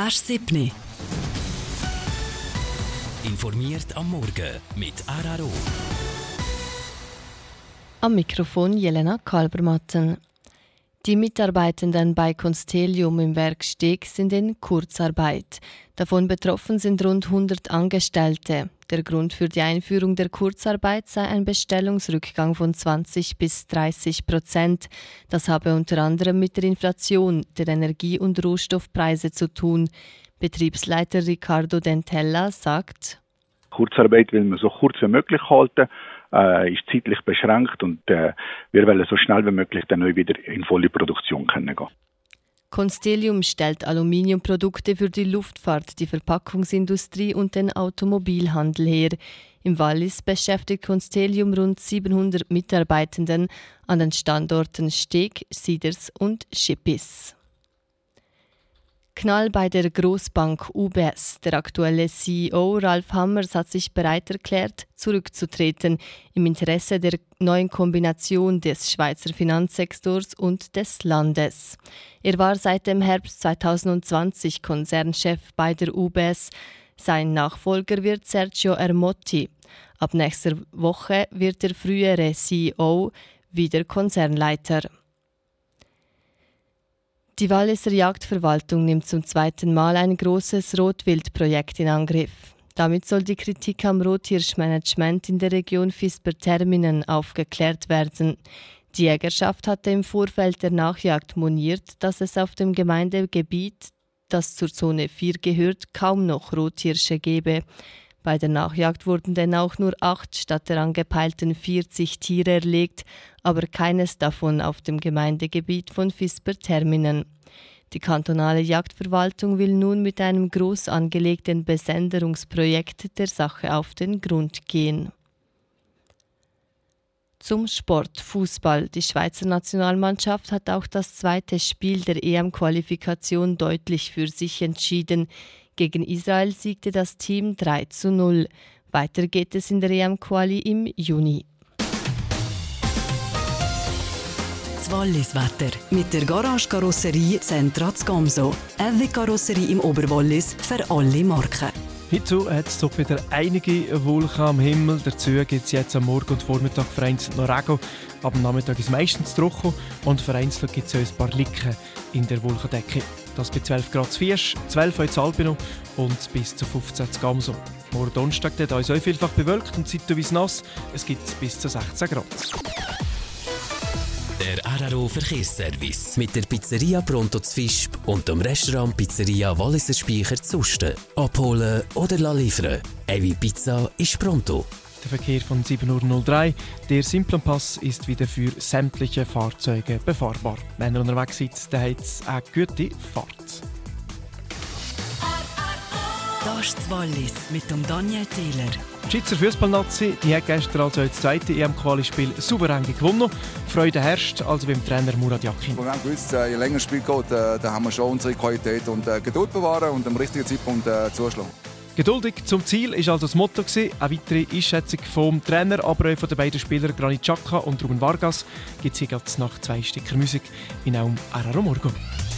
Asch 7. Informiert am Morgen mit Araro. Am Mikrofon Jelena Kalbermatten. Die Mitarbeitenden bei Constellium im Werk Steg sind in Kurzarbeit. Davon betroffen sind rund 100 Angestellte. Der Grund für die Einführung der Kurzarbeit sei ein Bestellungsrückgang von 20-30%. Das habe unter anderem mit der Inflation, der Energie- und Rohstoffpreise zu tun. Betriebsleiter Riccardo Dentella sagt: Kurzarbeit will man so kurz wie möglich halten, ist zeitlich beschränkt und wir wollen so schnell wie möglich dann wieder in volle Produktion gehen. Constellium stellt Aluminiumprodukte für die Luftfahrt, die Verpackungsindustrie und den Automobilhandel her. Im Wallis beschäftigt Constellium rund 700 Mitarbeitenden an den Standorten Steg, Sieders und Schippis. Knall bei der Grossbank UBS. Der aktuelle CEO Ralf Hammers hat sich bereit erklärt, zurückzutreten im Interesse der neuen Kombination des Schweizer Finanzsektors und des Landes. Er war seit dem Herbst 2020 Konzernchef bei der UBS. Sein Nachfolger wird Sergio Ermotti. Ab nächster Woche wird der frühere CEO wieder Konzernleiter. Die Walliser Jagdverwaltung nimmt zum zweiten Mal ein grosses Rotwildprojekt in Angriff. Damit soll die Kritik am Rothirschmanagement in der Region Visper-Terminen aufgeklärt werden. Die Jägerschaft hatte im Vorfeld der Nachjagd moniert, dass es auf dem Gemeindegebiet, das zur Zone 4 gehört, kaum noch Rothirsche gebe. Bei der Nachjagd wurden denn auch nur 8 statt der angepeilten 40 Tiere erlegt, aber keines davon auf dem Gemeindegebiet von Visper-Terminen. Die kantonale Jagdverwaltung will nun mit einem groß angelegten Besenderungsprojekt der Sache auf den Grund gehen. Zum Sport, Fußball. Die Schweizer Nationalmannschaft hat auch das zweite Spiel der EM-Qualifikation deutlich für sich entschieden. Gegen Israel siegte das Team 3:0. Weiter geht es in der EM-Quali im Juni. Das Wallis-Wetter mit der Garage-Karosserie Centra Gamso. Eine Karosserie im Oberwallis für alle Marken. Heute hat es doch wieder einige Wolken am Himmel. Dazu gibt es jetzt am Morgen und Vormittag vereinzelt noch Regen. Am Nachmittag ist es meistens trocken und vereinzelt gibt es ein paar Licken in der Wolkendecke. Das bei 12 Grad zu Fiesch, 12 in Albino und bis zu 15 zu Gamso. Morgen Donnerstag ist uns auch vielfach bewölkt und zeitweise nass. Es gibt bis zu 16 Grad. Der Araro Verkehrsservice mit der Pizzeria Pronto zu Visp und dem Restaurant Pizzeria Walliser Speicher zu Usten. Abholen oder liefern. Evi Pizza ist pronto. Der Verkehr von 7:03 Uhr. Der Simplonpass ist wieder für sämtliche Fahrzeuge befahrbar. Wenn ihr unterwegs seid, dann habt ihr eine gute Fahrt. Das ist das Wallis mit dem Daniel Thieler. Die Schweizer Fußballnazi die hat gestern also das zweite EM-Quali-Spiel souverän gewonnen. Freude herrscht also beim Trainer Murat Yakin. Wir haben gewusst, je länger das Spiel geht, da haben wir schon unsere Qualität und Geduld bewahren und am richtigen Zeitpunkt zuschlagen. Geduldig zum Ziel war also das Motto. Eine weitere Einschätzung vom Trainer, aber auch von den beiden Spielern Granit Xhaka und Ruben Vargas gibt es hier nach 2 Stücken Musik in einem Araro Morgen.